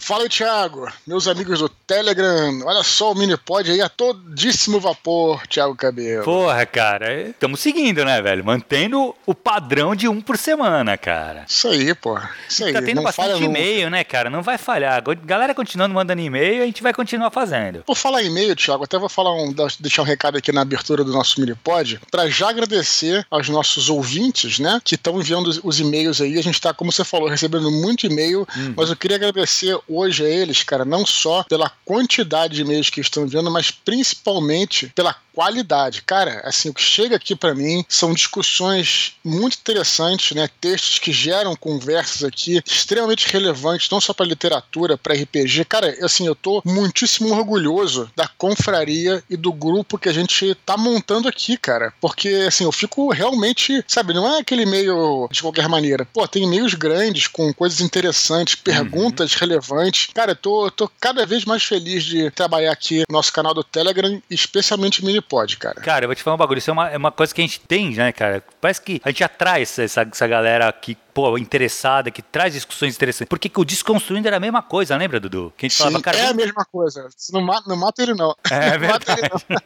Fala aí, Thiago, meus amigos do Telegram, olha só o Minipod aí a todíssimo vapor, Thiago Cabelo. Porra, cara, estamos seguindo, né, velho? Mantendo o padrão de um por semana, cara. Isso aí, pô. Isso aí. Tá tendo bastante e-mail, né, cara? Não vai falhar. Galera continuando mandando e-mail, a gente vai continuar fazendo. Por falar em e-mail, Thiago, até vou deixar um recado aqui na abertura do nosso Minipod, pra já agradecer aos nossos ouvintes, né, que estão enviando os e-mails aí. A gente tá, como você falou, recebendo muito e-mail, mas eu queria agradecer hoje a eles, cara, não só pela quantidade de e-mails que estão enviando, mas principalmente pela qualidade. Cara, assim, o que chega aqui pra mim são discussões muito interessantes, né? Textos que geram conversas aqui extremamente relevantes, não só pra literatura, pra RPG. Cara, assim, eu tô muitíssimo orgulhoso da confraria e do grupo que a gente tá montando aqui, cara. Porque, assim, eu fico realmente, sabe, não é aquele e-mail de qualquer maneira. Pô, tem e-mails grandes com coisas interessantes, perguntas relevantes. Cara, eu tô cada vez mais feliz de trabalhar aqui no nosso canal do Telegram, especialmente Minipod, cara. Cara, eu vou te falar um bagulho, isso é uma coisa que a gente tem, né, cara? Parece que a gente atrai essa galera aqui, pô, interessada, que traz discussões interessantes. Porque o Desconstruindo era a mesma coisa, lembra, Dudu? Que a gente falava, cara, é a mesma coisa. Não mata ele, não. É verdade.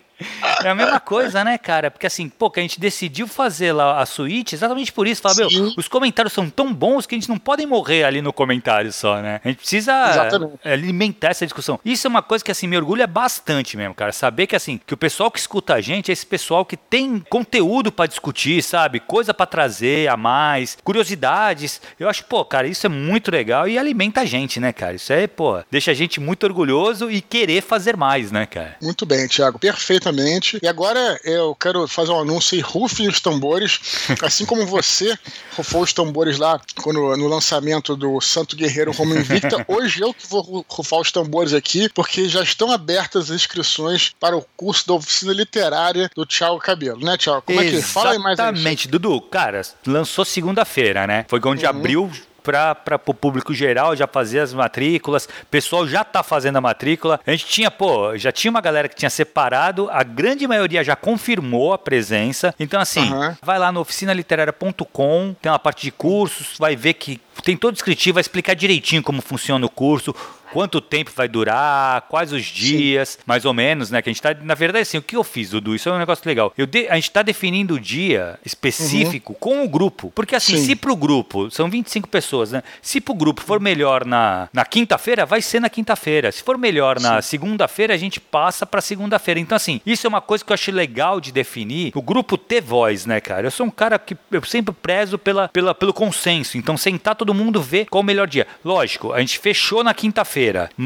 É a mesma coisa, né, cara? Porque assim, pô, que a gente decidiu fazer lá a suíte exatamente por isso. Falar, meu, os comentários são tão bons que a gente não pode morrer ali no comentário só, né? A gente precisa alimentar essa discussão. Isso é uma coisa que, assim, me orgulha bastante mesmo, cara. Saber que, assim, que o pessoal que escuta a gente é esse pessoal que tem conteúdo pra discutir, sabe? Coisa pra trazer a mais, curiosidades. Eu acho, pô, cara, isso é muito legal e alimenta a gente, né, cara? Isso é, pô, deixa a gente muito orgulhoso e querer fazer mais, né, cara? Muito bem, Thiago. Perfeitamente. E agora eu quero fazer um anúncio aí, rufem os tambores, assim como você rufou os tambores lá no lançamento do Santo Guerreiro Roma Invicta, hoje eu que vou rufar os tambores aqui, porque já estão abertas as inscrições para o curso da oficina literária do Thiago Cabelo, né, Thiago? Como é que fala aí mais? Exatamente, Dudu, cara, lançou segunda-feira, né? Foi onde abriu para o público geral já fazer as matrículas, o pessoal já tá fazendo a matrícula, a gente tinha, já tinha uma galera que tinha separado, a grande maioria já confirmou a presença, então assim, vai lá no oficinaliteraria.com, tem uma parte de cursos, vai ver que tem todo descritivo, vai explicar direitinho como funciona o curso, quanto tempo vai durar, quais os dias, mais ou menos, né? Que a gente tá, na verdade, assim, o que eu fiz, Dudu? Isso é um negócio legal. A gente tá definindo o dia específico com o grupo. Porque, assim, se pro grupo, são 25 pessoas, né? Se pro grupo for melhor na quinta-feira, vai ser na quinta-feira. Se for melhor na segunda-feira, a gente passa pra segunda-feira. Então, assim, isso é uma coisa que eu achei legal de definir. O grupo ter voz, né, cara? Eu sou um cara que eu sempre prezo pelo consenso. Então, sentar todo mundo ver qual o melhor dia. Lógico, a gente fechou na quinta-feira,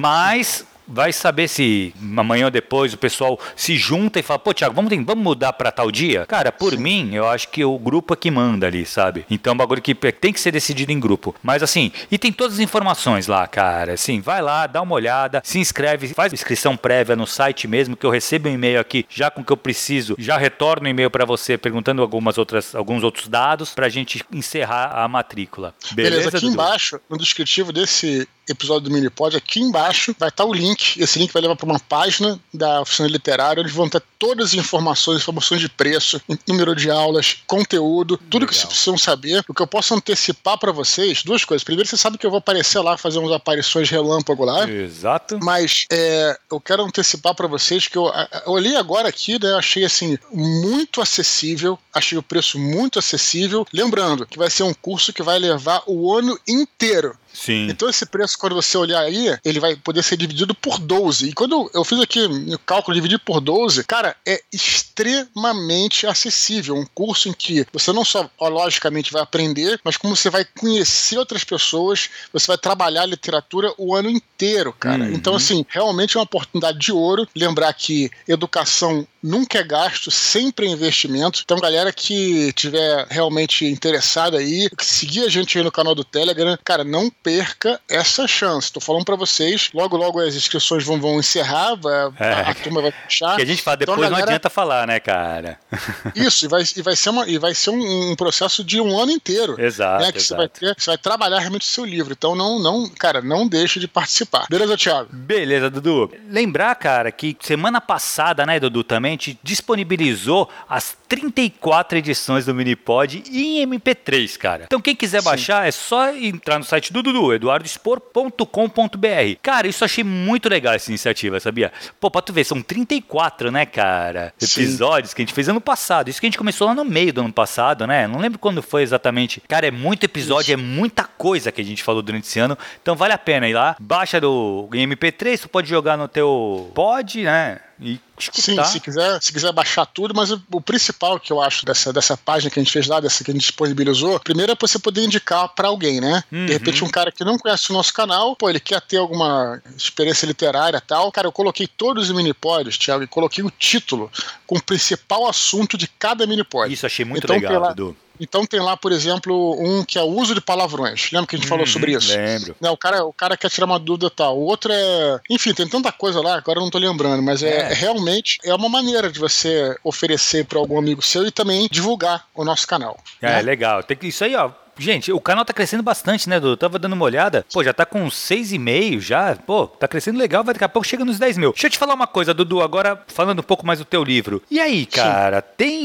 mas vai saber se amanhã ou depois o pessoal se junta e fala, pô, Thiago, vamos mudar pra tal dia? Cara, por mim, eu acho que o grupo é que manda ali, sabe? Então é um bagulho que tem que ser decidido em grupo. Mas assim, e tem todas as informações lá, cara. Assim, vai lá, dá uma olhada, se inscreve, faz inscrição prévia no site mesmo, que eu recebo um e-mail aqui já com o que eu preciso, já retorno o e-mail pra você perguntando alguns outros dados pra gente encerrar a matrícula. Beleza, aqui Dudu? Embaixo, no descritivo desse episódio do Minipod, aqui embaixo vai estar o link. Esse link vai levar para uma página da oficina literária, onde vão ter todas as informações de preço, número de aulas, conteúdo, tudo que vocês precisam saber. O que eu posso antecipar para vocês, duas coisas. Primeiro, você sabe que eu vou aparecer lá, fazer umas aparições relâmpago lá. Exato. Mas eu quero antecipar para vocês que eu olhei agora aqui, né, achei assim, muito acessível, achei o preço muito acessível. Lembrando que vai ser um curso que vai levar o ano inteiro. Sim. Então esse preço, quando você olhar aí, ele vai poder ser dividido por 12. E quando eu fiz aqui o cálculo dividido por 12, cara, é extremamente acessível. Um curso em que você não só, logicamente, vai aprender, mas como você vai conhecer outras pessoas, você vai trabalhar literatura o ano inteiro, cara. Então, assim, realmente é uma oportunidade de ouro. Lembrar que educação nunca é gasto, sempre é investimento. Então, galera que tiver realmente interessada aí, que seguir a gente aí no canal do Telegram, cara, não perca essa chance. Tô falando pra vocês, logo as inscrições vão encerrar, a turma vai fechar. Que a gente fala, depois então, galera, não adianta falar, né, cara? Isso, e vai ser um processo de um ano inteiro. Exato, né, que exato. Você vai trabalhar realmente o seu livro. Então, cara, não deixe de participar. Beleza, Thiago? Beleza, Dudu. Lembrar, cara, que semana passada, né, Dudu, também a gente disponibilizou as 34 edições do Minipod em MP3, cara. Então, quem quiser baixar, é só entrar no site do Dudu Dudu, eduardospor.com.br. Cara, isso eu achei muito legal essa iniciativa, sabia? Pô, pra tu ver, são 34, né, cara? Episódios que a gente fez ano passado. Isso que a gente começou lá no meio do ano passado, né? Não lembro quando foi exatamente. Cara, é muito episódio, é muita coisa que a gente falou durante esse ano. Então vale a pena ir lá. Baixa do MP3, tu pode jogar no teu pod, né? E escutar. Sim, se quiser baixar tudo, mas o principal que eu acho dessa página que a gente fez lá, dessa que a gente disponibilizou, primeiro é você poder indicar pra alguém, né? De repente um cara que não conhece o nosso canal, pô, ele quer ter alguma experiência literária e tal. Cara, eu coloquei todos os minipods, Thiago, e coloquei o título com o principal assunto de cada minipod. Isso, achei muito legal, Dudu. Então tem lá, por exemplo, um que é o uso de palavrões. Lembra que a gente falou sobre isso? Lembro. Né, o cara quer tirar uma dúvida e tal. O outro é... Enfim, tem tanta coisa lá, agora eu não tô lembrando, mas realmente é uma maneira de você oferecer para algum amigo seu e também divulgar o nosso canal. É, legal. Tem que, isso aí, ó. Gente, o canal tá crescendo bastante, né, Dudu? Eu tava dando uma olhada. Pô, já tá com 6,5 já. Pô, tá crescendo legal, daqui a pouco chega nos 10 mil. Deixa eu te falar uma coisa, Dudu, agora falando um pouco mais do teu livro. E aí, cara,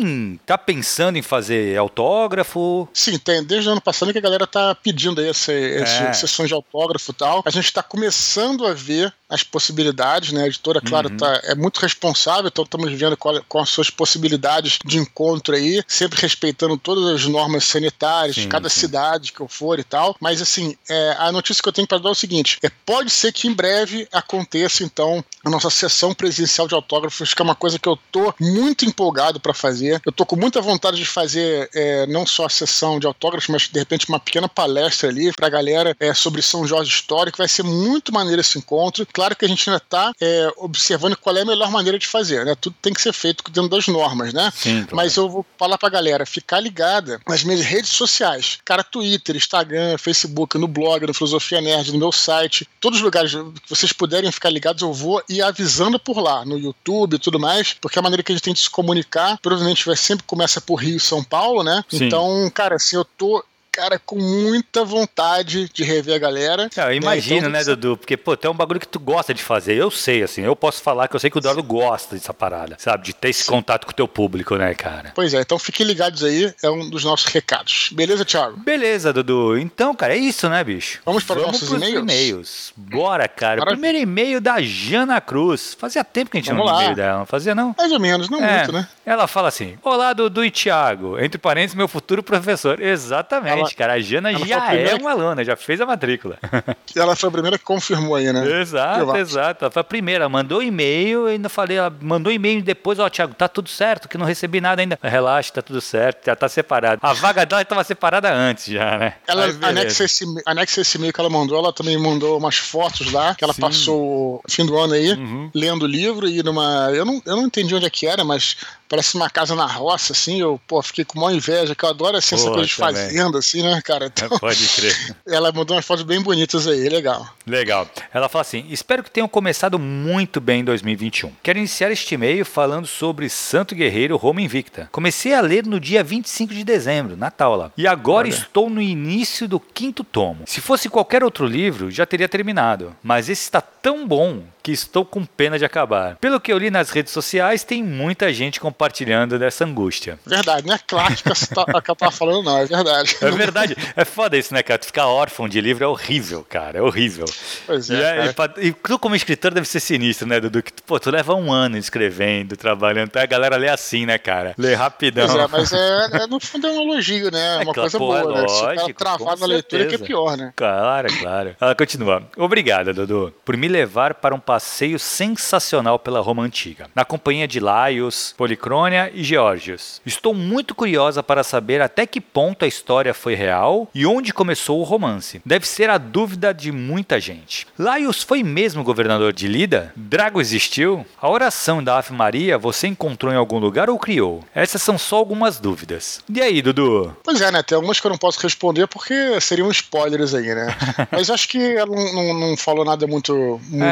tá pensando em fazer autógrafo? Sim, tem. Desde o ano passado que a galera tá pedindo aí essas sessões de autógrafo e tal. A gente tá começando a ver as possibilidades, né? A editora, claro, é muito responsável, então estamos vendo quais as suas possibilidades de encontro aí, sempre respeitando todas as normas sanitárias de cada cidade que eu for e tal. Mas, assim, a notícia que eu tenho para dar é o seguinte: pode ser que em breve aconteça, então, a nossa sessão presencial de autógrafos, que é uma coisa que eu tô muito empolgado para fazer. Eu tô com muita vontade de fazer não só a sessão de autógrafos, mas, de repente, uma pequena palestra ali pra galera sobre São Jorge Histórico. Vai ser muito maneiro esse encontro. Claro que a gente ainda está observando qual é a melhor maneira de fazer, né? Tudo tem que ser feito dentro das normas, né? Sim, claro. Mas eu vou falar pra galera ficar ligada nas minhas redes sociais. Cara, Twitter, Instagram, Facebook, no blog, no Filosofia Nerd, no meu site, todos os lugares que vocês puderem ficar ligados, eu vou ir avisando por lá, no YouTube e tudo mais, porque a maneira que a gente tem de se comunicar, provavelmente sempre começa por Rio e São Paulo, né? Sim. Então, cara, assim, eu tô com muita vontade de rever a galera. Eu imagino, então, né, Dudu? Porque, pô, tem um bagulho que tu gosta de fazer. Eu sei, assim, eu posso falar que eu sei que o Eduardo gosta dessa parada, sabe? De ter esse contato com o teu público, né, cara? Pois é, então fiquem ligados aí, é um dos nossos recados. Beleza, Thiago? Beleza, Dudu. Então, cara, é isso, né, bicho? Vamos para os nossos e-mails? Bora, cara. Primeiro e-mail da Jana Cruz. Fazia tempo que a gente não lia e-mail dela, não fazia, não? Mais ou menos, não muito, né? Ela fala assim: olá, Dudu e Thiago. Entre parênteses, meu futuro professor. Exatamente. Cara, a Jana já é uma aluna, já fez a matrícula. Ela foi a primeira que confirmou aí, né? Exato. Ela foi a primeira, mandou e-mail, ainda falei, ela mandou e-mail depois, Thiago, tá tudo certo, que não recebi nada ainda. Relaxa, tá tudo certo, já tá separado. A vaga dela estava separada antes já, né? Ela anexa esse e-mail que ela também mandou umas fotos lá, que ela passou o fim do ano aí, lendo o livro e numa... Eu não entendi onde é que era, mas parece uma casa na roça, assim, eu, fiquei com uma inveja, que eu adoro, assim, essa coisa de fazenda, assim, né, cara? Então, pode crer. Ela mandou umas fotos bem bonitas aí, legal. Legal. Ela fala assim: espero que tenham começado muito bem em 2021. Quero iniciar este e-mail falando sobre Santo Guerreiro Roma Invicta. Comecei a ler no dia 25 de dezembro, Natal lá. E agora estou no início do 5º tomo. Se fosse qualquer outro livro, já teria terminado. Mas esse está tão bom que estou com pena de acabar. Pelo que eu li nas redes sociais, tem muita gente compartilhando dessa angústia. Verdade, não é clássica a que eu tava falando, não, é verdade. É verdade. É foda isso, né, cara? Tu ficar órfão de livro é horrível, cara. É horrível. Pois é. E tu, como escritor, deve ser sinistro, né, Dudu? Que, tu leva um ano escrevendo, trabalhando. Então a galera lê assim, né, cara? Lê rapidão. Pois é, mas no fundo é um elogio, né? É uma coisa boa, né? Se o cara travar na leitura, que é pior, né? Claro. Ela continua. Obrigada, Dudu, por me levar para um passeio sensacional pela Roma Antiga, na companhia de Laios, Policrônia e Geórgios. Estou muito curiosa para saber até que ponto a história foi real e onde começou o romance. Deve ser a dúvida de muita gente. Laios foi mesmo governador de Lida? Drago existiu? A oração da Ave Maria você encontrou em algum lugar ou criou? Essas são só algumas dúvidas. E aí, Dudu? Pois é, né? Tem algumas que eu não posso responder porque seriam spoilers aí, né? Mas acho que ela não falou nada muito... Essa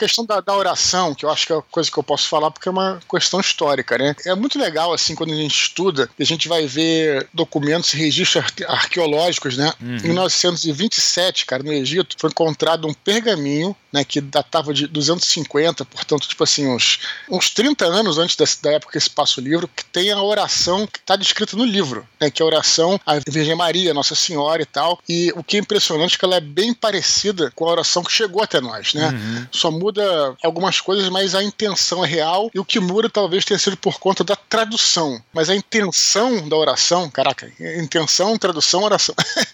questão da oração, que eu acho que é a coisa que eu posso falar, porque é uma questão histórica, né? É muito legal, assim, quando a gente estuda, a gente vai ver documentos e registros arqueológicos, né? Em 1927, cara, no Egito, foi encontrado um pergaminho, né, que datava de 250, portanto, tipo assim, uns 30 anos antes da época que se passa o livro, que tem a oração que está descrita no livro, né, que é a oração à Virgem Maria, Nossa Senhora e tal, e o que é impressionante é que ela é bem parecida com a oração que chegou até nós, né? Só muda algumas coisas, mas a intenção é real, e o que muda talvez tenha sido por conta da tradução, mas a intenção da oração, caraca, intenção, tradução, oração,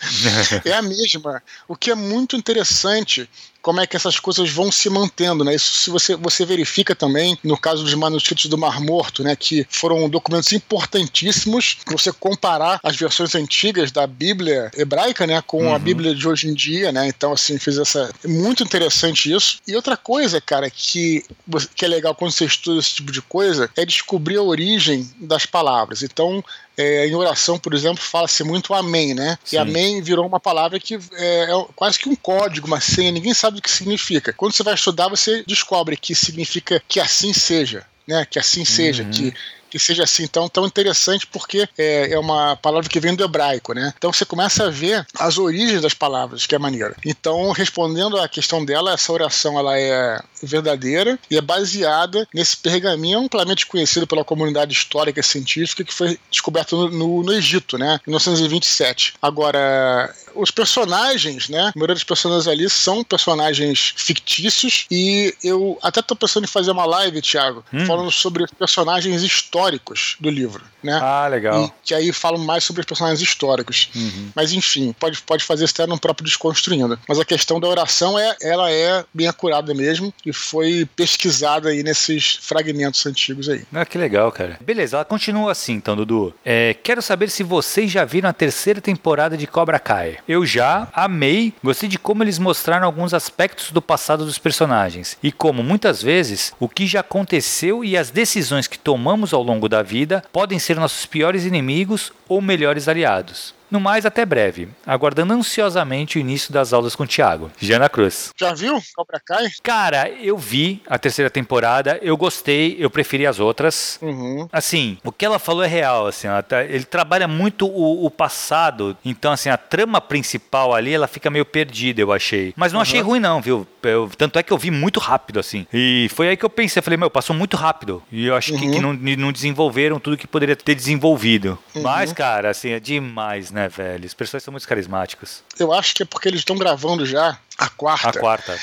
é a mesma, o que é muito interessante, como é que essas coisas vão se mantendo, né? Isso se você verifica também no caso dos manuscritos do Mar Morto, né? Que foram documentos importantíssimos. Você comparar as versões antigas da Bíblia hebraica, né? Com a Bíblia de hoje em dia, né? Então, assim, fiz essa... Muito interessante isso. E outra coisa, cara, que é legal quando você estuda esse tipo de coisa, é descobrir a origem das palavras. Então, em oração, por exemplo, fala-se muito amém, né? Sim. E amém virou uma palavra que é quase que um código, uma senha, ninguém sabe o que significa. Quando você vai estudar, você descobre que significa que assim seja, né? Que assim seja, que seja assim tão interessante, porque é uma palavra que vem do hebraico, né? Então você começa a ver as origens das palavras, que é maneiro. Então, respondendo à questão dela, essa oração ela é verdadeira e é baseada nesse pergaminho amplamente conhecido pela comunidade histórica e científica que foi descoberto no Egito, né? Em 1927. Agora, os personagens, né? A maioria dos personagens ali são personagens fictícios e eu até tô pensando em fazer uma live, Thiago, falando sobre personagens históricos do livro, né? Ah, legal. E que aí falam mais sobre os personagens históricos. Mas enfim, pode fazer isso até no próprio Desconstruindo. Mas a questão da oração ela é bem acurada mesmo e foi pesquisada aí nesses fragmentos antigos aí. Ah, que legal, cara. Beleza, ela continua assim, então, Dudu. Quero saber se vocês já viram a 3ª temporada de Cobra Kai. Eu já amei, gostei de como eles mostraram alguns aspectos do passado dos personagens e como, muitas vezes, o que já aconteceu e as decisões que tomamos ao longo da vida podem ser nossos piores inimigos ou melhores aliados. No mais, até breve. Aguardando ansiosamente o início das aulas com o Thiago. Jana Cruz. Já viu Cobra Kai? Cara, eu vi a 3ª temporada, eu gostei, eu preferi as outras. Assim, o que ela falou é real, assim, ele trabalha muito o passado, então, assim, a trama principal ali, ela fica meio perdida, eu achei. Mas não achei ruim não, viu? Tanto é que eu vi muito rápido, assim. E foi aí que eu pensei, eu falei, passou muito rápido. E eu acho que não desenvolveram tudo que poderia ter desenvolvido. Mas, cara, assim, é demais, né, velho? Os personagens são muito carismáticos. Eu acho que é porque eles estão gravando já a quarta. A quarta.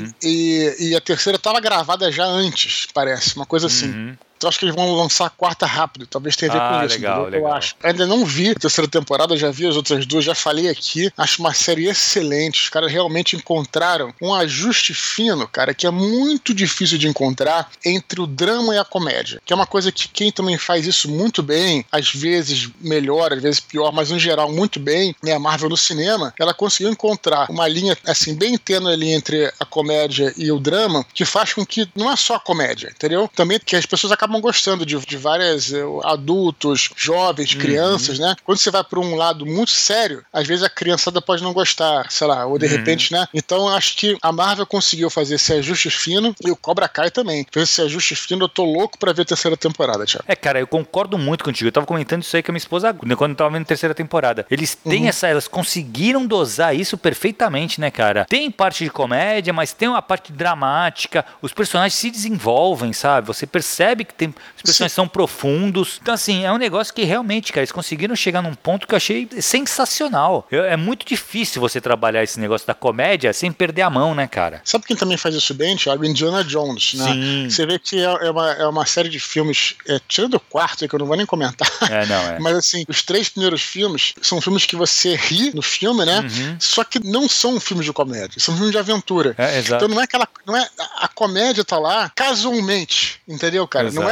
E a 3ª estava gravada já antes, parece. Uma coisa assim. Então acho que eles vão lançar a quarta rápido. Talvez tenha a ver com isso. Legal. Eu acho. Ainda não vi a 3ª temporada, já vi as outras duas, já falei aqui. Acho uma série excelente. Os caras realmente encontraram um ajuste fino, cara, que é muito difícil de encontrar entre o drama e a comédia. Que é uma coisa que quem também faz isso muito bem, às vezes melhor, às vezes pior, mas no geral muito bem, né? A Marvel no cinema, ela conseguiu encontrar uma linha, assim, bem tênue ali entre a comédia e o drama, que faz com que não é só a comédia, entendeu? Também que as pessoas acabam gostando de várias adultos, jovens, crianças, né? Quando você vai por um lado muito sério, às vezes a criançada pode não gostar, sei lá, ou de repente, né? Então eu acho que a Marvel conseguiu fazer esse ajuste fino e o Cobra Kai também. Fez esse ajuste fino, eu tô louco pra ver a 3ª temporada, Thiago. Cara, eu concordo muito contigo. Eu tava comentando isso aí com a minha esposa quando eu tava vendo a 3ª temporada. Eles têm elas conseguiram dosar isso perfeitamente, né, cara? Tem parte de comédia, mas tem uma parte dramática. Os personagens se desenvolvem, sabe? Você percebe que os personagens são profundos. Então, assim, é um negócio que realmente, cara, eles conseguiram chegar num ponto que eu achei sensacional. É muito difícil você trabalhar esse negócio da comédia sem perder a mão, né, cara? Sabe quem também faz isso bem, Thiago? Indiana Jones, né? Sim. Você vê que é uma série de filmes, tirando o quarto, que eu não vou nem comentar. Mas, assim, os 3 primeiros filmes são filmes que você ri no filme, né? Só que não são filmes de comédia, são filmes de aventura. Exato. Então não é a comédia tá lá casualmente, entendeu, cara? Exato. Não é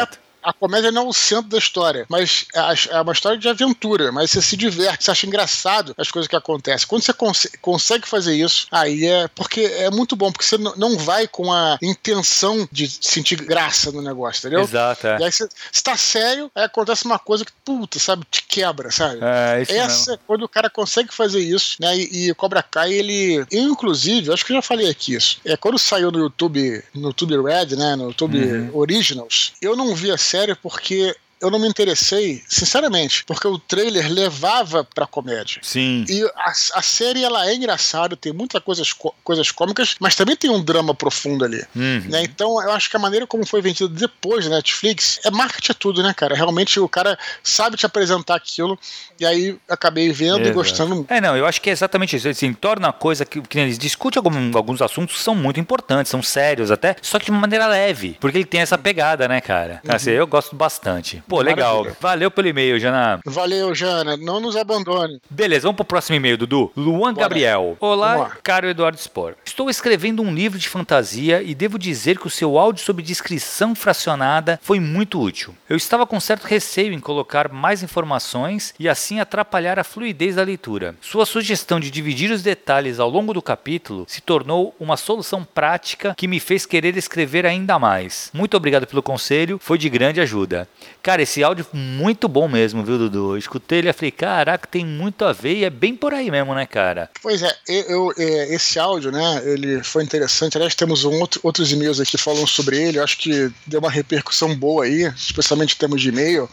a comédia não é o centro da história, mas é uma história de aventura, mas você se diverte, você acha engraçado as coisas que acontecem. Quando você consegue fazer isso, aí porque é muito bom, porque você não vai com a intenção de sentir graça no negócio, entendeu? Exato, E aí você tá sério, aí acontece uma coisa que, puta, sabe, te quebra, sabe? Isso mesmo. Quando o cara consegue fazer isso, né, e Cobra Kai, eu inclusive, acho que eu já falei aqui isso, quando saiu no YouTube Red, né, no YouTube Originals, eu não vi a série porque eu não me interessei, sinceramente, porque o trailer levava pra comédia. Sim. E a série, ela é engraçada, tem muitas coisas cômicas, mas também tem um drama profundo ali. Né? Então, eu acho que a maneira como foi vendido depois da Netflix, marketing é tudo, né, cara? Realmente, o cara sabe te apresentar aquilo, e aí acabei vendo e gostando muito. Não, eu acho que é exatamente isso. Assim, torna a coisa que eles discutem alguns assuntos que são muito importantes, são sérios até, só que de uma maneira leve, porque ele tem essa pegada, né, cara? Assim, eu gosto bastante. Pô, legal. Maravilha. Valeu pelo e-mail, Jana. Valeu, Jana. Não nos abandone. Beleza, vamos pro próximo e-mail, Dudu. Luan Gabriel. Olá, caro Eduardo Spor. Estou escrevendo um livro de fantasia e devo dizer que o seu áudio sobre descrição fracionada foi muito útil. Eu estava com certo receio em colocar mais informações e assim atrapalhar a fluidez da leitura. Sua sugestão de dividir os detalhes ao longo do capítulo se tornou uma solução prática que me fez querer escrever ainda mais. Muito obrigado pelo conselho, foi de grande ajuda. Cara, esse áudio muito bom mesmo, viu, Dudu? Eu escutei ele e falei, caraca, tem muito a ver e é bem por aí mesmo, né, cara? Pois é, esse áudio, né, ele foi interessante. Aliás, temos outros e-mails aqui falando sobre ele. Eu acho que deu uma repercussão boa aí, especialmente em termos de e-mail,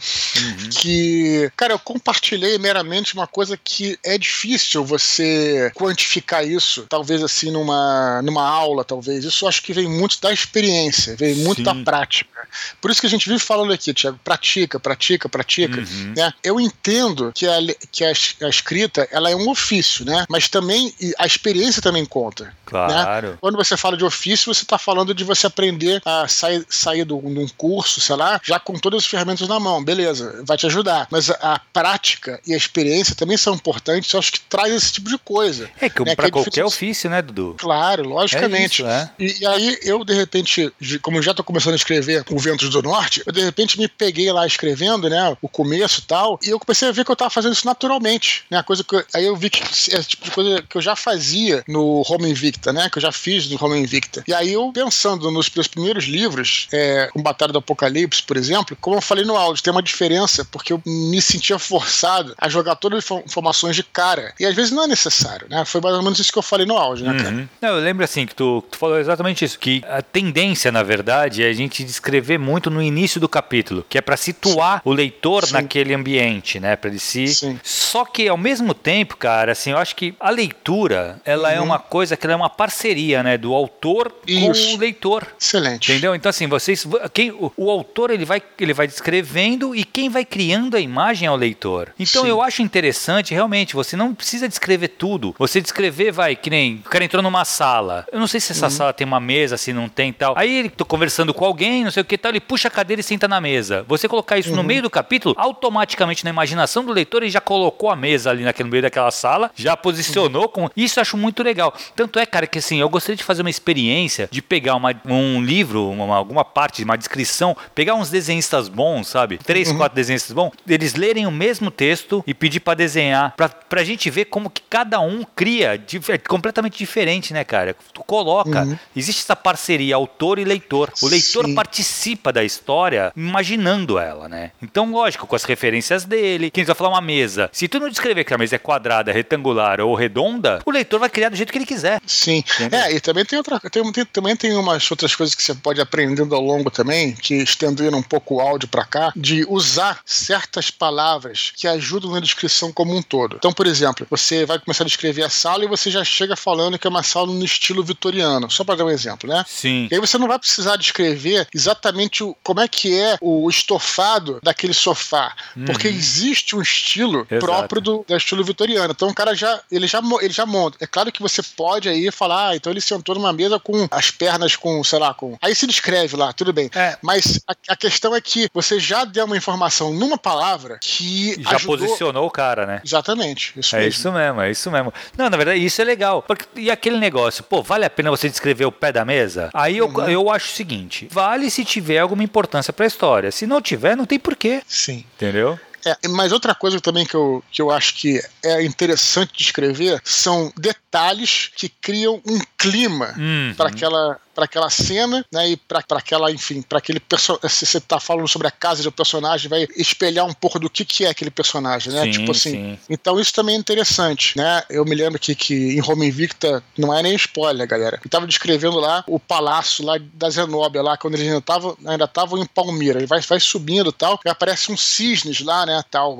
que, cara, eu compartilhei meramente uma coisa que é difícil você quantificar isso, talvez assim, numa aula, talvez. Isso eu acho que vem muito da experiência, vem muito da prática. Por isso que a gente vive falando aqui, Thiago, pratica. Né? Eu entendo que a escrita, ela é um ofício, né? Mas também a experiência também conta. Claro. Né? Quando você fala de ofício, você está falando de você aprender a sair de um curso, sei lá, já com todas as ferramentas na mão. Beleza, vai te ajudar. Mas a prática e a experiência também são importantes. Eu acho que traz esse tipo de coisa. Né? Para qualquer ofício, né, Dudu? Claro, logicamente. E aí eu, de repente, como eu já estou começando a escrever O Ventos do Norte, eu de repente me peguei lá escrevendo, né, o começo e tal, e eu comecei a ver que eu estava fazendo isso naturalmente, né, aí eu vi que esse tipo de coisa que eu já fazia no Home Invicta, né, que eu já fiz no Home Invicta. E aí eu, pensando nos primeiros livros, com Batalha do Apocalipse, por exemplo, como eu falei no áudio, tem uma diferença, porque eu me sentia forçado a jogar todas as informações de cara, e às vezes não é necessário, né, foi mais ou menos isso que eu falei no áudio, né, cara? Não, eu lembro assim, que tu falou exatamente isso, que a tendência, na verdade, é a gente descrever muito no início do capítulo, que é para situar o leitor naquele ambiente, né? Para ele Só que, ao mesmo tempo, cara, assim, eu acho que a leitura, ela é uma coisa que ela é uma parceria, né? Do autor com o leitor. Excelente. Entendeu? Então, assim, o autor, ele vai descrevendo e quem vai criando a imagem é o leitor. Então, eu acho interessante, realmente, você não precisa descrever tudo. Você descrever, que nem o cara entrou numa sala. Eu não sei se essa sala tem uma mesa, se não tem e tal. Aí ele tá conversando com alguém, não sei o que tal, ele puxa a cadeira e senta na mesa. Você colocar isso no meio do capítulo, automaticamente na imaginação do leitor, ele já colocou a mesa ali no meio daquela sala, já posicionou com... Isso eu acho muito legal. Tanto é, cara, que assim, eu gostaria de fazer uma experiência de pegar um livro, alguma parte, uma descrição, pegar uns desenhistas bons, sabe? 3, 4 desenhistas bons, eles lerem o mesmo texto e pedir pra desenhar, pra gente ver como que cada um cria, é completamente diferente, né, cara? Tu coloca, existe essa parceria autor e leitor. O leitor participa da história imaginando ela, né? Então, lógico, com as referências dele, quem vai falar uma mesa, se tu não descrever que a mesa é quadrada, retangular ou redonda, o leitor vai criar do jeito que ele quiser. Sim. E também também tem umas outras coisas que você pode aprendendo ao longo também, que estendendo um pouco o áudio pra cá, de usar certas palavras que ajudam na descrição como um todo. Então, por exemplo, você vai começar a descrever a sala e você já chega falando que é uma sala no estilo vitoriano, só para dar um exemplo, né? Sim. E aí você não vai precisar descrever exatamente como é que é o estofado estofado daquele sofá, porque existe um estilo próprio do estilo vitoriano. Então o cara ele já monta. É claro que você pode aí falar, então ele sentou numa mesa com as pernas com, sei lá, com... Aí se descreve lá, tudo bem. Mas a questão é que você já deu uma informação numa palavra que já ajudou... posicionou o cara, né? Exatamente. É isso mesmo. Não, na verdade, isso é legal. E aquele negócio, pô, vale a pena você descrever o pé da mesa? Aí eu acho o seguinte, vale se tiver alguma importância pra história. Se não tiver, não tem porquê. Sim. Entendeu? Mas outra coisa também que eu acho que é interessante descrever são detalhes que criam um clima para aquela cena, né, e para aquela, enfim, para aquele personagem. Se você tá falando sobre a casa do personagem, vai espelhar um pouco do que é aquele personagem, né? Tipo assim. Sim. Então isso também é interessante, né? Eu me lembro que em Roma Invicta não é nem spoiler, galera. Eu tava descrevendo lá o palácio lá da Zenóbia, lá quando eles ainda estavam em Palmira. Ele vai subindo e tal, e aparece um cisnes lá, né, tal,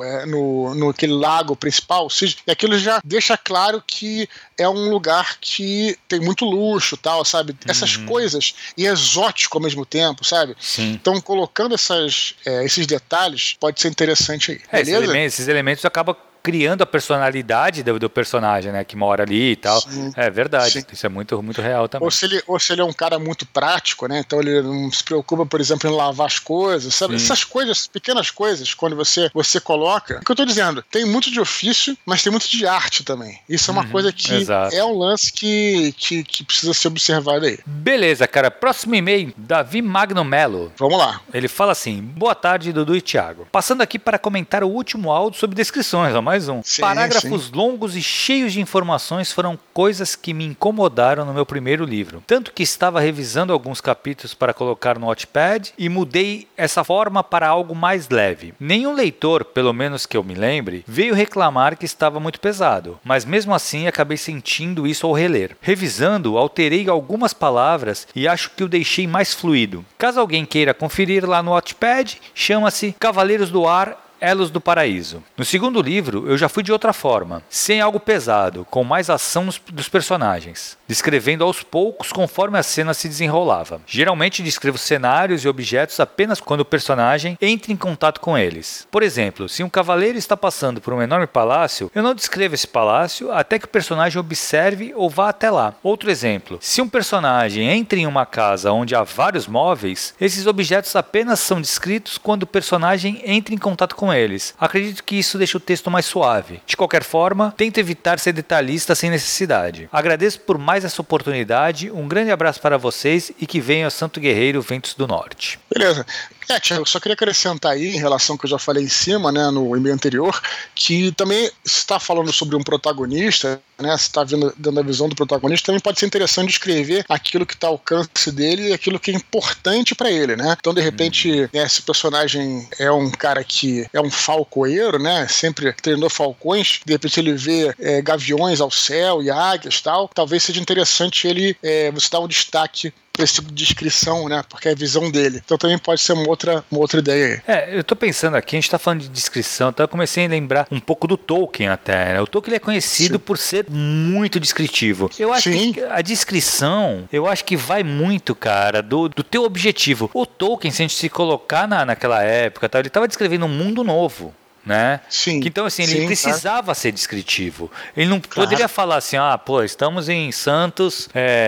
no aquele lago principal, e aquilo já deixa claro que é um lugar que tem muito luxo, tal, sabe? Essas coisas, e exótico ao mesmo tempo, sabe? Sim. Então, colocando esses detalhes, pode ser interessante aí. Beleza? Esses elementos acabam criando a personalidade do personagem, né, que mora ali e tal. Sim. É verdade. Sim. Isso é muito, muito real também. Ou se ele é um cara muito prático, né? Então ele não se preocupa, por exemplo, em lavar as coisas, sabe? Sim. Essas coisas, pequenas coisas, quando você coloca. O que eu tô dizendo, tem muito de ofício, mas tem muito de arte também. Isso é uma coisa que é um lance que precisa ser observado aí. Beleza, cara. Próximo e-mail, Davi Magno Melo. Vamos lá. Ele fala assim: boa tarde, Dudu e Thiago. Passando aqui para comentar o último áudio sobre descrições, mais um. Sim, parágrafos longos e cheios de informações foram coisas que me incomodaram no meu primeiro livro. Tanto que estava revisando alguns capítulos para colocar no Wattpad e mudei essa forma para algo mais leve. Nenhum leitor, pelo menos que eu me lembre, veio reclamar que estava muito pesado, mas mesmo assim acabei sentindo isso ao reler. Revisando, alterei algumas palavras e acho que o deixei mais fluido. Caso alguém queira conferir lá no Wattpad, chama-se Cavaleiros do Ar, Elos do Paraíso. No segundo livro, eu já fui de outra forma, sem algo pesado, com mais ação dos personagens, descrevendo aos poucos conforme a cena se desenrolava. Geralmente descrevo cenários e objetos apenas quando o personagem entra em contato com eles. Por exemplo, se um cavaleiro está passando por um enorme palácio, eu não descrevo esse palácio até que o personagem observe ou vá até lá. Outro exemplo, se um personagem entra em uma casa onde há vários móveis, esses objetos apenas são descritos quando o personagem entra em contato com eles. Acredito que isso deixa o texto mais suave. De qualquer forma, tento evitar ser detalhista sem necessidade. Agradeço por mais essa oportunidade, um grande abraço para vocês e que venha Santo Guerreiro Ventos do Norte. Beleza. Tiago, eu só queria acrescentar aí, em relação ao que eu já falei em cima, né, no e-mail anterior, que também se está falando sobre um protagonista, né, se está dando a visão do protagonista, também pode ser interessante descrever aquilo que está ao alcance dele e aquilo que é importante para ele, né? Então, de repente, né, se o personagem é um cara que é um falcoeiro, né, sempre treinou falcões, de repente ele vê gaviões ao céu e águias e tal, talvez seja interessante ele você dar um destaque para esse tipo de descrição, né? Porque é a visão dele. Então também pode ser uma outra ideia aí. Eu tô pensando aqui, a gente tá falando de descrição, então eu comecei a lembrar um pouco do Tolkien até, né? O Tolkien ele é conhecido por ser muito descritivo. Eu acho que a descrição, eu acho que vai muito, cara, do teu objetivo. O Tolkien, se a gente se colocar naquela época, tá, ele tava descrevendo um mundo novo. Né? Sim, então assim, ele precisava ser descritivo. Ele não poderia falar assim, estamos em Santos,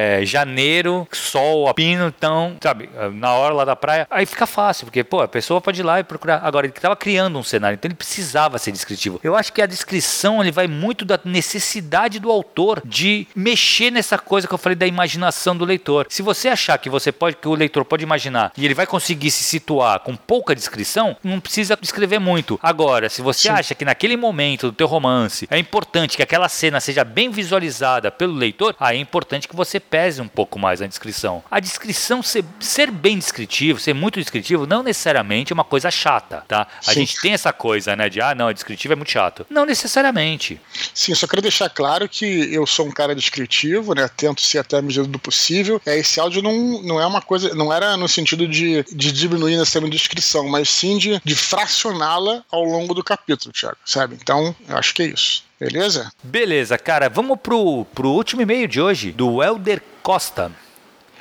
janeiro, sol, a pino, então, sabe, na hora lá da praia, aí fica fácil, porque, a pessoa pode ir lá e procurar. Agora, ele estava criando um cenário, então ele precisava ser descritivo. Eu acho que a descrição, ele vai muito da necessidade do autor de mexer nessa coisa que eu falei da imaginação do leitor. Se você achar que o leitor pode imaginar e ele vai conseguir se situar com pouca descrição, não precisa descrever muito. Agora, se você acha que naquele momento do teu romance é importante que aquela cena seja bem visualizada pelo leitor, aí é importante que você pese um pouco mais na descrição. A descrição, ser bem descritivo, ser muito descritivo, não necessariamente é uma coisa chata, tá? A gente tem essa coisa, né, de, não, descritivo é muito chato. Não necessariamente. Sim, só quero deixar claro que eu sou um cara descritivo, né, tento ser até a medida do possível. Esse áudio não é uma coisa, não era no sentido de diminuir essa descrição, mas sim de fracioná-la ao longo do capítulo, Thiago, sabe? Então, eu acho que é isso. Beleza? Beleza, cara. Vamos pro último e-mail de hoje, do Helder Costa.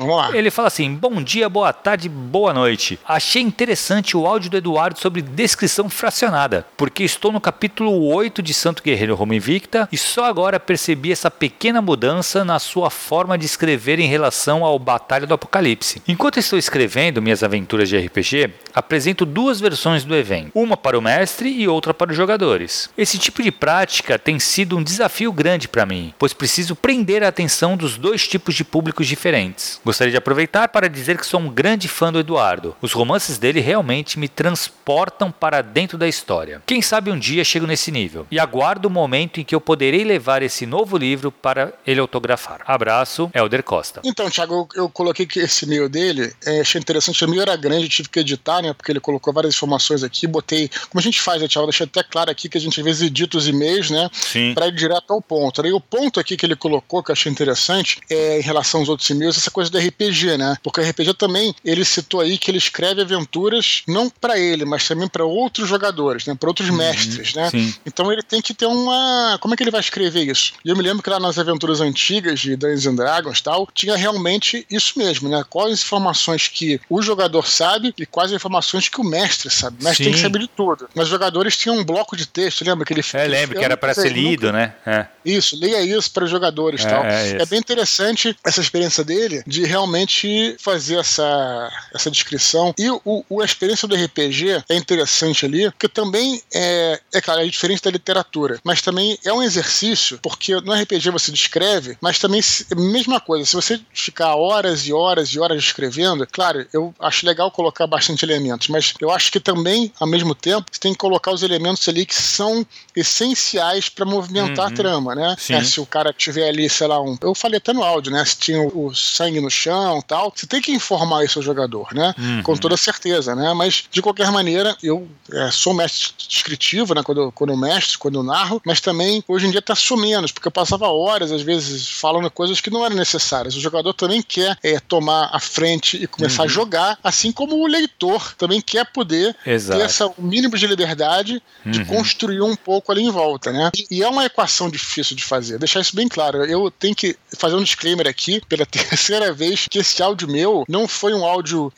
Vamos lá. Ele fala assim: bom dia, boa tarde, boa noite. Achei interessante o áudio do Eduardo sobre descrição fracionada, porque estou no capítulo 8 de Santo Guerreiro Roma Invicta e só agora percebi essa pequena mudança na sua forma de escrever em relação ao Batalha do Apocalipse. Enquanto estou escrevendo minhas aventuras de RPG, apresento duas versões do evento, uma para o mestre e outra para os jogadores. Esse tipo de prática tem sido um desafio grande para mim, pois preciso prender a atenção dos dois tipos de públicos diferentes. Gostaria de aproveitar para dizer que sou um grande fã do Eduardo. Os romances dele realmente me transportam para dentro da história. Quem sabe um dia chego nesse nível. E aguardo o momento em que eu poderei levar esse novo livro para ele autografar. Abraço, Helder Costa. Então, Thiago, eu coloquei que esse e-mail dele, achei interessante, o e-mail era grande, tive que editar, né, porque ele colocou várias informações aqui, botei, como a gente faz, né, Thiago, deixei até claro aqui que a gente às vezes edita os e-mails, né, para ir direto ao ponto. Aí o ponto aqui que ele colocou, que eu achei interessante, em relação aos outros e-mails, essa coisa do RPG, né, porque o RPG também, ele citou aí que ele escreve aventuras, não para ele, mas também para outros jogadores, né, para outros mestres, né, então ele tem que ter como é que ele vai escrever isso? E eu me lembro que lá nas aventuras antigas de Dungeons and Dragons e tal, tinha realmente isso mesmo, né, quais as informações que o jogador sabe e quais as informações que o mestre sabe. O mestre tem que saber de tudo. Mas os jogadores tinham um bloco de texto, lembra? Que ele lembro que era para ser lido, né? Isso, leia isso para os jogadores e tal. É bem interessante essa experiência dele de realmente fazer essa descrição. E a experiência do RPG é interessante ali, porque também claro, é diferente da literatura, mas também é um exercício, porque no RPG você descreve, mas também mesma coisa, se você ficar horas e horas e horas escrevendo, claro, eu acho legal colocar bastante elementos, mas eu acho que também, ao mesmo tempo, você tem que colocar os elementos ali que são essenciais para movimentar a trama, né? Se o cara tiver ali, sei lá, eu falei até no áudio, né? Se tinha o sangue no chão e tal, você tem que informar isso ao jogador, né? Com toda certeza, né? Mas, de qualquer maneira, eu sou mestre descritivo, né? Quando eu narro, mas também, hoje em dia, tá menos, porque eu passava horas, às vezes, falando coisas que não eram necessárias. O jogador também quer tomar a frente e começar a jogar, assim como o leitor também quer poder ter o mínimo de liberdade de construir um pouco ali em volta, né? E é uma equação difícil de fazer, deixar isso bem claro. Eu tenho que fazer um disclaimer aqui, pela terceira vez, que esse áudio meu não foi um áudio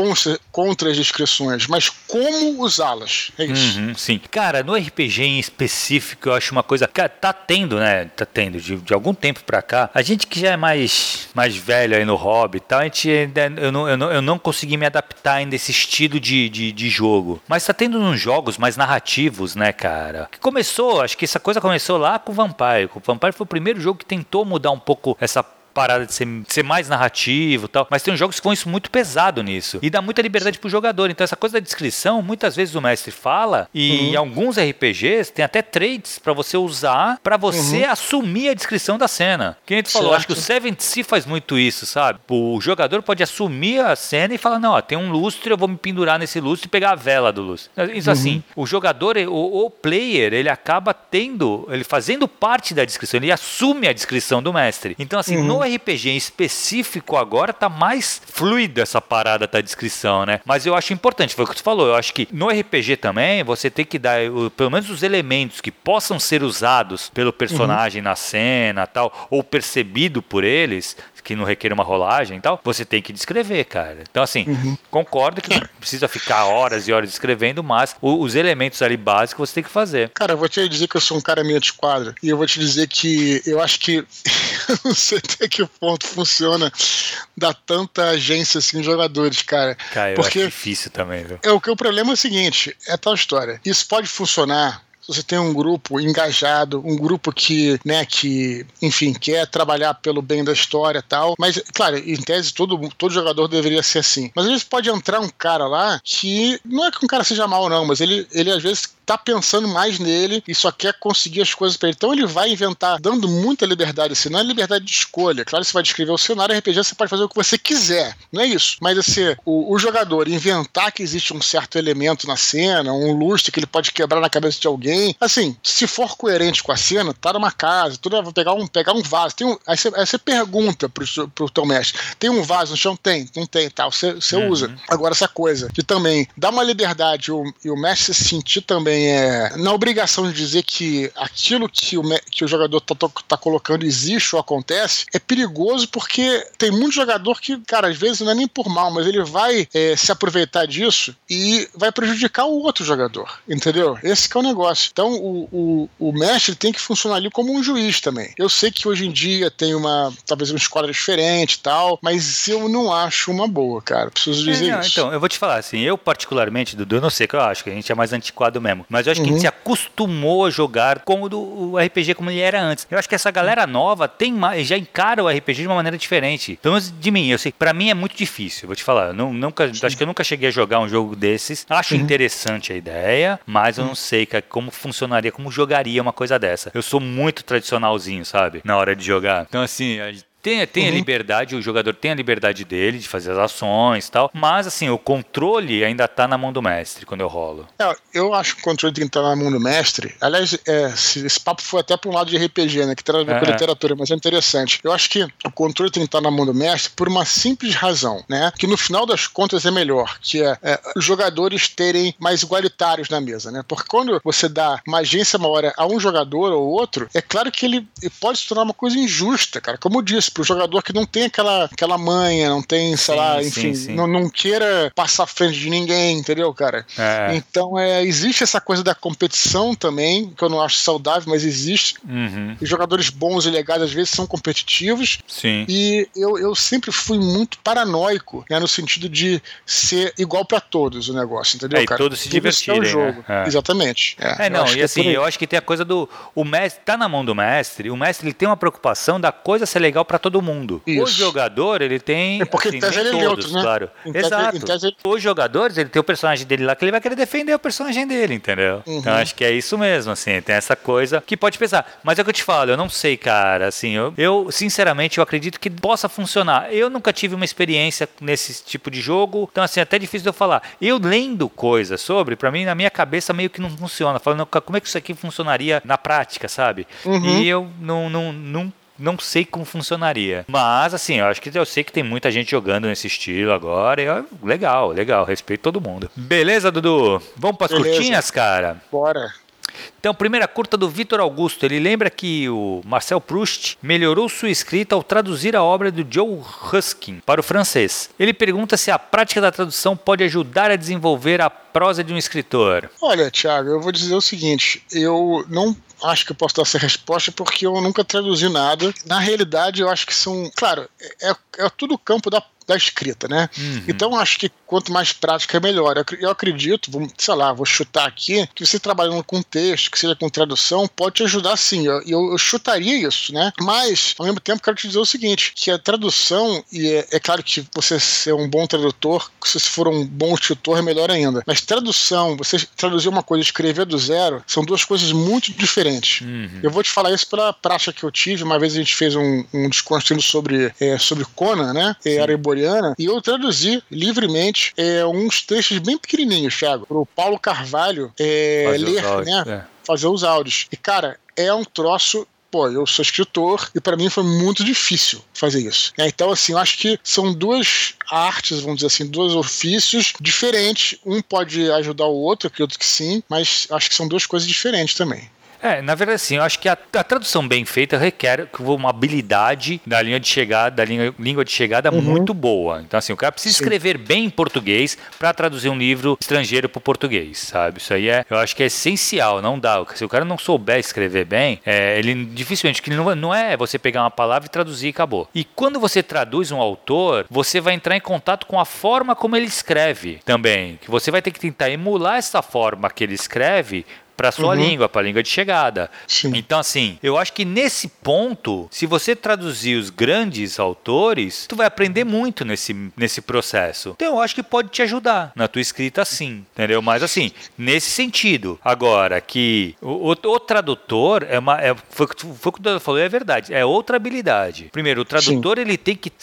contra as descrições, mas como usá-las. É isso. Sim. Cara, no RPG em específico, eu acho uma coisa... Cara, tá tendo de algum tempo pra cá, a gente que já é mais velho aí no hobby e tal, a gente ainda, eu não consegui me adaptar ainda a esse estilo de jogo. Mas tá tendo uns jogos mais narrativos, né, cara? Que começou, acho que essa coisa começou lá com o Vampire. O Vampire foi o primeiro jogo que tentou mudar um pouco essa parada de ser mais narrativo e tal, mas tem uns jogos que vão isso muito pesado nisso, e dá muita liberdade pro jogador. Então essa coisa da descrição, muitas vezes o mestre fala, e em alguns RPGs tem até traits pra você usar, pra você assumir a descrição da cena. Que a gente falou, acho que o Seventh Sea faz muito isso, sabe? O jogador pode assumir a cena e falar, não, ó, tem um lustre, eu vou me pendurar nesse lustre e pegar a vela do lustre. Isso assim, o jogador, o player, ele acaba ele fazendo parte da descrição, ele assume a descrição do mestre. Então assim, no RPG em específico agora tá mais fluido essa parada da descrição, né? Mas eu acho importante, foi o que tu falou, eu acho que no RPG também você tem que dar pelo menos os elementos que possam ser usados pelo personagem na cena tal, ou percebido por eles, que não requer uma rolagem e tal, você tem que descrever, cara. Então assim, concordo que não precisa ficar horas e horas escrevendo, mas os elementos ali básicos você tem que fazer. Cara, eu vou te dizer que eu sou um cara meio de quadro, e eu vou te dizer que eu acho que eu não sei até que ponto funciona dar tanta agência assim em jogadores, cara. Cara, eu acho difícil também, viu? O problema é o seguinte, é tal história. Isso pode funcionar se você tem um grupo engajado, um grupo que, enfim, quer trabalhar pelo bem da história e tal, mas, claro, em tese, todo jogador deveria ser assim. Mas às vezes pode entrar um cara lá que, não é que um cara seja mal não, mas ele às vezes tá pensando mais nele e só quer conseguir as coisas pra ele. Então ele vai inventar, dando muita liberdade, assim, não é liberdade de escolha. Claro, você vai descrever o cenário, RPG você pode fazer o que você quiser, não é isso. Mas assim, o jogador inventar que existe um certo elemento na cena, um lustre que ele pode quebrar na cabeça de alguém, assim, se for coerente com a cena, tá numa casa, tudo, vai pegar um vaso, aí você pergunta pro teu mestre, tem um vaso no chão? Tem, não tem, tal, você usa. Agora essa coisa de também dar uma liberdade e o mestre se sentir também também na obrigação de dizer que aquilo que o jogador tá colocando existe ou acontece, é perigoso porque tem muito jogador que, cara, às vezes não é nem por mal, mas ele vai se aproveitar disso e vai prejudicar o outro jogador, entendeu? Esse que é o negócio. Então, o mestre tem que funcionar ali como um juiz também. Eu sei que hoje em dia tem talvez uma esquadra diferente e tal, mas eu não acho uma boa, cara. Preciso dizer isso. Então, eu vou te falar assim, eu particularmente, Dudu, eu não sei o que eu acho, que a gente é mais antiquado mesmo, mas eu acho que a gente se acostumou a jogar como o RPG como ele era antes. Eu acho que essa galera nova já encara o RPG de uma maneira diferente. Pelo menos de mim, eu sei, pra mim é muito difícil, vou te falar. Acho que eu nunca cheguei a jogar um jogo desses. Acho interessante a ideia, mas eu não sei como funcionaria, como jogaria uma coisa dessa. Eu sou muito tradicionalzinho, sabe? Na hora de jogar. Então, assim, tem a liberdade, o jogador tem a liberdade dele de fazer as ações e tal, mas assim, o controle ainda tá na mão do mestre quando eu rolo. Eu acho que o controle tem que estar na mão do mestre. Aliás, esse papo foi até para um lado de RPG, né, que tem a ver com literatura, mas é interessante. Eu acho que o controle tem que estar na mão do mestre por uma simples razão, né, que no final das contas é melhor, que os jogadores terem mais igualitários na mesa, né, porque quando você dá uma agência maior a um jogador ou outro, é claro que ele pode se tornar uma coisa injusta, cara, como eu disse, pro jogador que não tem aquela manha, não tem, sei lá, enfim, não queira passar à frente de ninguém, entendeu, cara? Então, existe essa coisa da competição também, que eu não acho saudável, mas existe. Os jogadores bons e legais, às vezes, são competitivos. Sim. E eu sempre fui muito paranoico, né, no sentido de ser igual pra todos o negócio, entendeu, cara? E todos se divertirem, o jogo. Né? Exatamente. Eu acho que tem a coisa o mestre, tá na mão do mestre, o mestre ele tem uma preocupação da coisa ser legal pra todo mundo. Isso. O jogador, ele tem... porque assim, em tese ele é neutro, né? Claro. Exato. Os jogadores, ele tem o personagem dele lá que ele vai querer defender o personagem dele, entendeu? Então, acho que é isso mesmo, assim, tem essa coisa que pode pensar. Mas é o que eu te falo, eu não sei, cara, assim, eu sinceramente, eu acredito que possa funcionar. Eu nunca tive uma experiência nesse tipo de jogo, então, assim, é até difícil de eu falar. Eu lendo coisas sobre, pra mim, na minha cabeça, meio que não funciona. Falando, como é que isso aqui funcionaria na prática, sabe? E eu não sei como funcionaria. Mas, assim, eu sei que tem muita gente jogando nesse estilo agora. E, legal, respeito todo mundo. Beleza, Dudu? Vamos para as curtinhas, cara? Bora. Então, primeira curta do Vitor Augusto. Ele lembra que o Marcel Proust melhorou sua escrita ao traduzir a obra do Joe Ruskin para o francês. Ele pergunta se a prática da tradução pode ajudar a desenvolver a prosa de um escritor. Olha, Thiago, eu vou dizer o seguinte. Eu não acho que eu posso dar essa resposta porque eu nunca traduzi nada. Na realidade, eu acho que são... Claro, é tudo o campo da escrita, né? Então, acho que quanto mais prática, melhor. Eu acredito, vou chutar aqui, que você trabalhando com texto, que seja com tradução, pode te ajudar sim. Eu chutaria isso, né? Mas, ao mesmo tempo, quero te dizer o seguinte, que a tradução, e é claro que você ser um bom tradutor, se você for um bom escritor, é melhor ainda. Mas tradução, você traduzir uma coisa e escrever do zero, são duas coisas muito diferentes. Eu vou te falar isso pela prática que eu tive. Uma vez a gente fez um desconstruindo sobre Conan, né? Ereboriana, e eu traduzi livremente uns textos bem pequenininhos, Thiago, pro Paulo Carvalho ler, né? Fazer os áudios. E, cara, é um troço... Pô, eu sou escritor e para mim foi muito difícil fazer isso. Então, assim, eu acho que são duas artes, vamos dizer assim, dois ofícios diferentes. Um pode ajudar o outro, acredito que sim, mas acho que são duas coisas diferentes também. Na verdade, sim, eu acho que a tradução bem feita requer uma habilidade da língua de chegada muito boa. Então, assim, o cara precisa escrever bem em português para traduzir um livro estrangeiro para o português, sabe? Isso aí eu acho que é essencial, não dá. Se o cara não souber escrever bem, ele dificilmente, que não é você pegar uma palavra e traduzir e acabou. E quando você traduz um autor, você vai entrar em contato com a forma como ele escreve também, que você vai ter que tentar emular essa forma que ele escreve para sua língua, para a língua de chegada. Sim. Então, assim, eu acho que nesse ponto, se você traduzir os grandes autores, tu vai aprender muito nesse processo. Então, eu acho que pode te ajudar na tua escrita, sim, entendeu? Mas, assim, nesse sentido. Agora, que o tradutor foi o que tu falou, é verdade, é outra habilidade. Primeiro, o tradutor, ele tem que sacar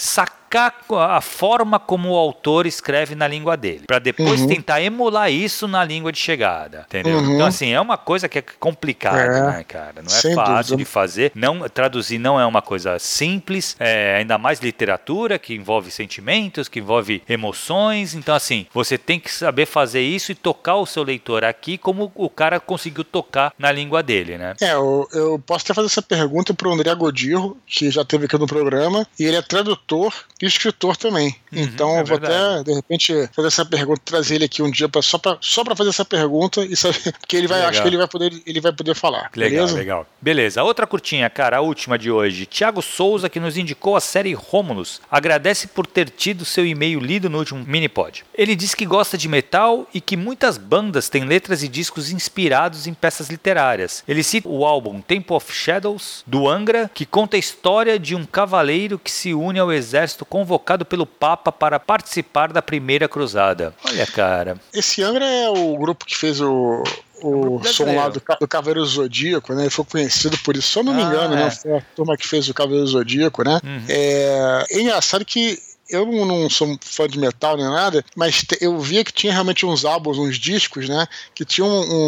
marcar a forma como o autor escreve na língua dele, para depois tentar emular isso na língua de chegada, entendeu? Então, assim, é uma coisa que é complicada, né, cara? Não é fácil de fazer. Não, traduzir não é uma coisa simples, ainda mais literatura, que envolve sentimentos, que envolve emoções. Então, assim, você tem que saber fazer isso e tocar o seu leitor aqui como o cara conseguiu tocar na língua dele, né? Eu posso até fazer essa pergunta pro André Godirro, que já esteve aqui no programa, e ele é tradutor e escritor também. Então, eu vou até, de repente, fazer essa pergunta, trazer ele aqui um dia só pra fazer essa pergunta e saber, porque ele vai, acho que ele vai poder falar. Legal. Beleza, outra curtinha, cara, a última de hoje. Thiago Souza, que nos indicou a série Rômulus, agradece por ter tido seu e-mail lido no último Minipod. Ele diz que gosta de metal e que muitas bandas têm letras e discos inspirados em peças literárias. Ele cita o álbum Temple of Shadows, do Angra, que conta a história de um cavaleiro que se une ao exército convocado pelo Papa para participar da Primeira Cruzada. Olha, cara. Esse Angra é o grupo que fez o som lá do Cavaleiro Zodíaco, né? Ele foi conhecido por isso, se eu não me engano, né? Foi a turma que fez o Cavaleiro Zodíaco, né? É engraçado que eu não sou fã de metal nem nada, mas eu via que tinha realmente uns álbuns, uns discos, né? Que tinham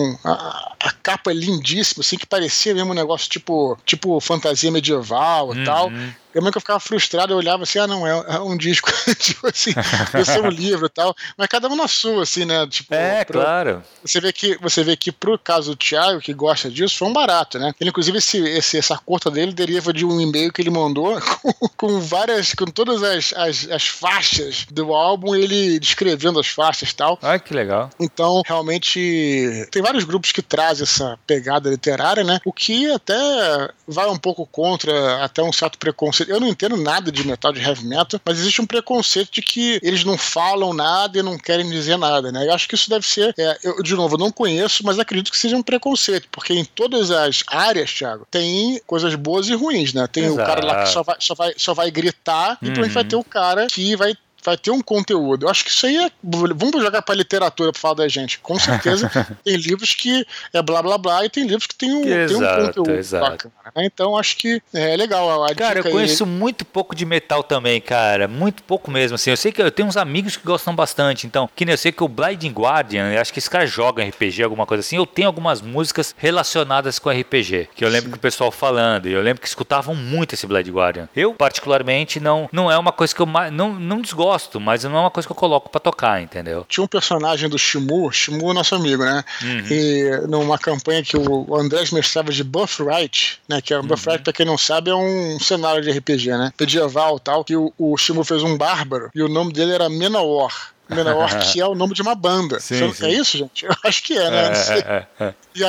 a capa lindíssima, assim, que parecia mesmo um negócio tipo fantasia medieval e tal. Eu mesmo que eu ficava frustrado, eu olhava assim, não, é um disco, tipo assim, deve ser um livro e tal, mas cada um na sua, assim, né? Tipo, claro. Você vê que pro caso do Thiago, que gosta disso, foi um barato, né? Ele, inclusive, essa curta dele deriva de um e-mail que ele mandou com todas as faixas do álbum, ele descrevendo as faixas e tal. Ai, que legal. Então, realmente, tem vários grupos que trazem essa pegada literária, né? O que até vai um pouco contra até um certo preconceito. Eu não entendo nada de metal, de heavy metal, mas existe um preconceito de que eles não falam nada e não querem dizer nada, né? Eu acho que isso deve ser, de novo, eu não conheço, mas acredito que seja um preconceito, porque em todas as áreas, Thiago, tem coisas boas e ruins, né? Tem o cara lá que só vai gritar, e depois vai ter o cara que vai ter um conteúdo. Eu acho que isso aí vamos jogar pra literatura pra falar da gente. Com certeza tem livros que é blá blá blá e tem livros que tem um conteúdo bacana. Né? Então acho que é legal. Cara, eu conheço muito pouco de metal também, cara. Muito pouco mesmo. Assim, eu sei que eu tenho uns amigos que gostam bastante. Então, que nem eu sei que o Blind Guardian, eu acho que esse cara joga RPG, alguma coisa assim. Eu tenho algumas músicas relacionadas com RPG, que eu lembro que o pessoal falando. E eu lembro que escutavam muito esse Blind Guardian. Eu, particularmente, não é uma coisa que eu não desgosto, mas não é uma coisa que eu coloco pra tocar, entendeu? Tinha um personagem do Shimu é nosso amigo, né? E numa campanha que o Andrés mestrava de Birthright, né? Que Birthright, pra quem não sabe, é um cenário de RPG, né? Medieval e tal, que o Shimu fez um bárbaro e o nome dele era Menor, que é o nome de uma banda. Sim. É isso, gente? Eu acho que né? Não sei. E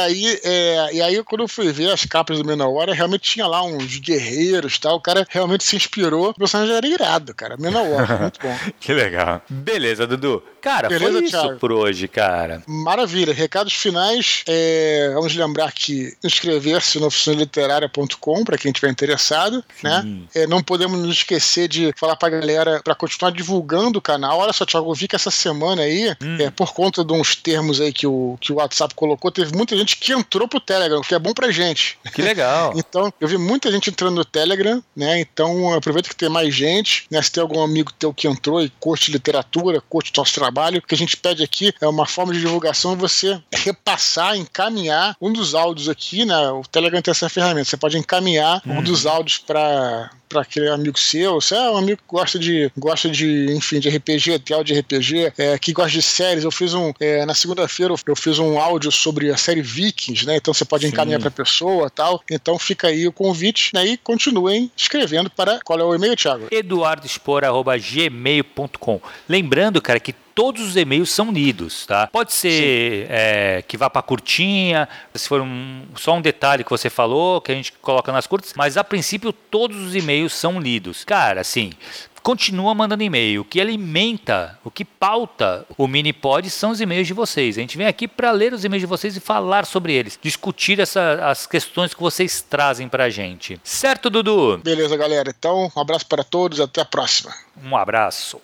aí, quando eu fui ver as capas do Menor, realmente tinha lá uns guerreiros e tal. O cara realmente se inspirou. O personagem era irado, cara. Menor, muito bom. Que legal. Beleza, Dudu. Cara, foi isso, Thiago, por hoje, cara. Maravilha. Recados finais. Vamos lembrar que inscrever-se no oficinaliterária.com para quem estiver interessado, né? Não podemos nos esquecer de falar pra galera para continuar divulgando o canal. Olha só, Thiago, eu vi que essa semana aí, por conta de uns termos aí que o WhatsApp colocou, teve muita gente que entrou pro Telegram, o que é bom pra gente. Que legal. Então, eu vi muita gente entrando no Telegram, né? Então, aproveita que tem mais gente, né? Se tem algum amigo teu que entrou e curte literatura, curte nosso trabalho, o que a gente pede aqui é uma forma de divulgação, você repassar, encaminhar um dos áudios aqui, né? O Telegram tem essa ferramenta, você pode encaminhar um dos áudios para aquele amigo seu, se é um amigo que gosta de enfim, de RPG, teatro de RPG, que gosta de séries. Eu fiz na segunda-feira eu fiz um áudio sobre a série Vikings, né? Então você pode encaminhar para a pessoa, tal. Então fica aí o convite, né? E continuem escrevendo para qual é o e-mail, Thiago? eduardospor@gmail.com. Lembrando, cara, que todos os e-mails são lidos, tá? Pode ser que vá para curtinha, se for só um detalhe que você falou, que a gente coloca nas curtas, mas a princípio todos os e-mails são lidos. Cara, assim, continua mandando e-mail. O que alimenta, o que pauta o Minipod são os e-mails de vocês. A gente vem aqui para ler os e-mails de vocês e falar sobre eles, discutir as questões que vocês trazem pra gente. Certo, Dudu? Beleza, galera. Então, um abraço para todos, até a próxima. Um abraço.